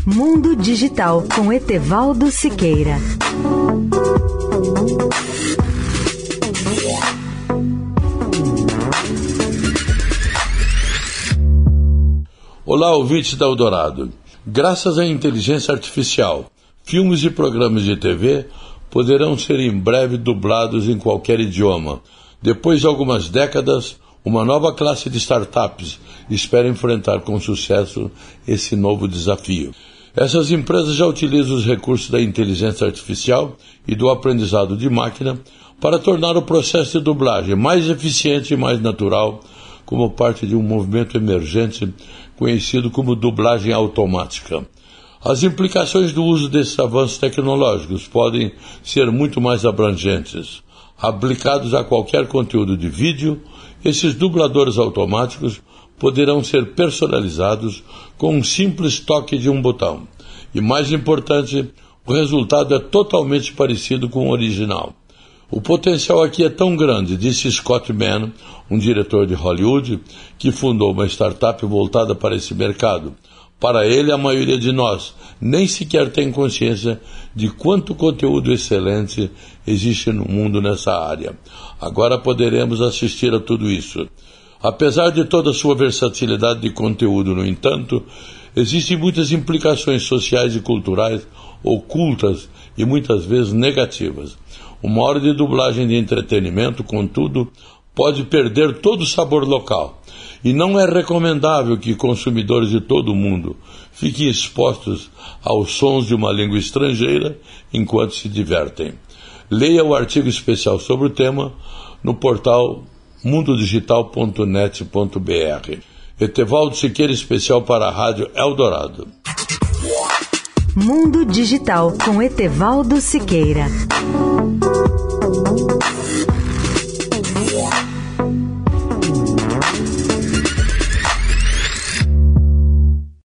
Mundo Digital com Etevaldo Siqueira. Olá, ouvintes da Eldorado. Graças à inteligência artificial, filmes e programas de TV poderão ser em breve dublados em qualquer idioma. Depois de algumas décadas, uma nova classe de startups espera enfrentar com sucesso esse novo desafio. Essas empresas já utilizam os recursos da inteligência artificial e do aprendizado de máquina para tornar o processo de dublagem mais eficiente e mais natural, como parte de um movimento emergente conhecido como dublagem automática. As implicações do uso desses avanços tecnológicos podem ser muito mais abrangentes. Aplicados a qualquer conteúdo de vídeo, esses dubladores automáticos poderão ser personalizados com um simples toque de um botão. E mais importante, o resultado é totalmente parecido com o original. O potencial aqui é tão grande, disse Scott Mann, um diretor de Hollywood, que fundou uma startup voltada para esse mercado. Para ele, a maioria de nós nem sequer tem consciência de quanto conteúdo excelente existe no mundo nessa área. Agora poderemos assistir a tudo isso. Apesar de toda a sua versatilidade de conteúdo, no entanto, existem muitas implicações sociais e culturais ocultas e muitas vezes negativas. Uma hora de dublagem de entretenimento, contudo, pode perder todo o sabor local. E não é recomendável que consumidores de todo o mundo fiquem expostos aos sons de uma língua estrangeira enquanto se divertem. Leia o artigo especial sobre o tema no portal mundodigital.net.br. Etevaldo Siqueira, especial para a Rádio Eldorado. Mundo Digital com Etevaldo Siqueira.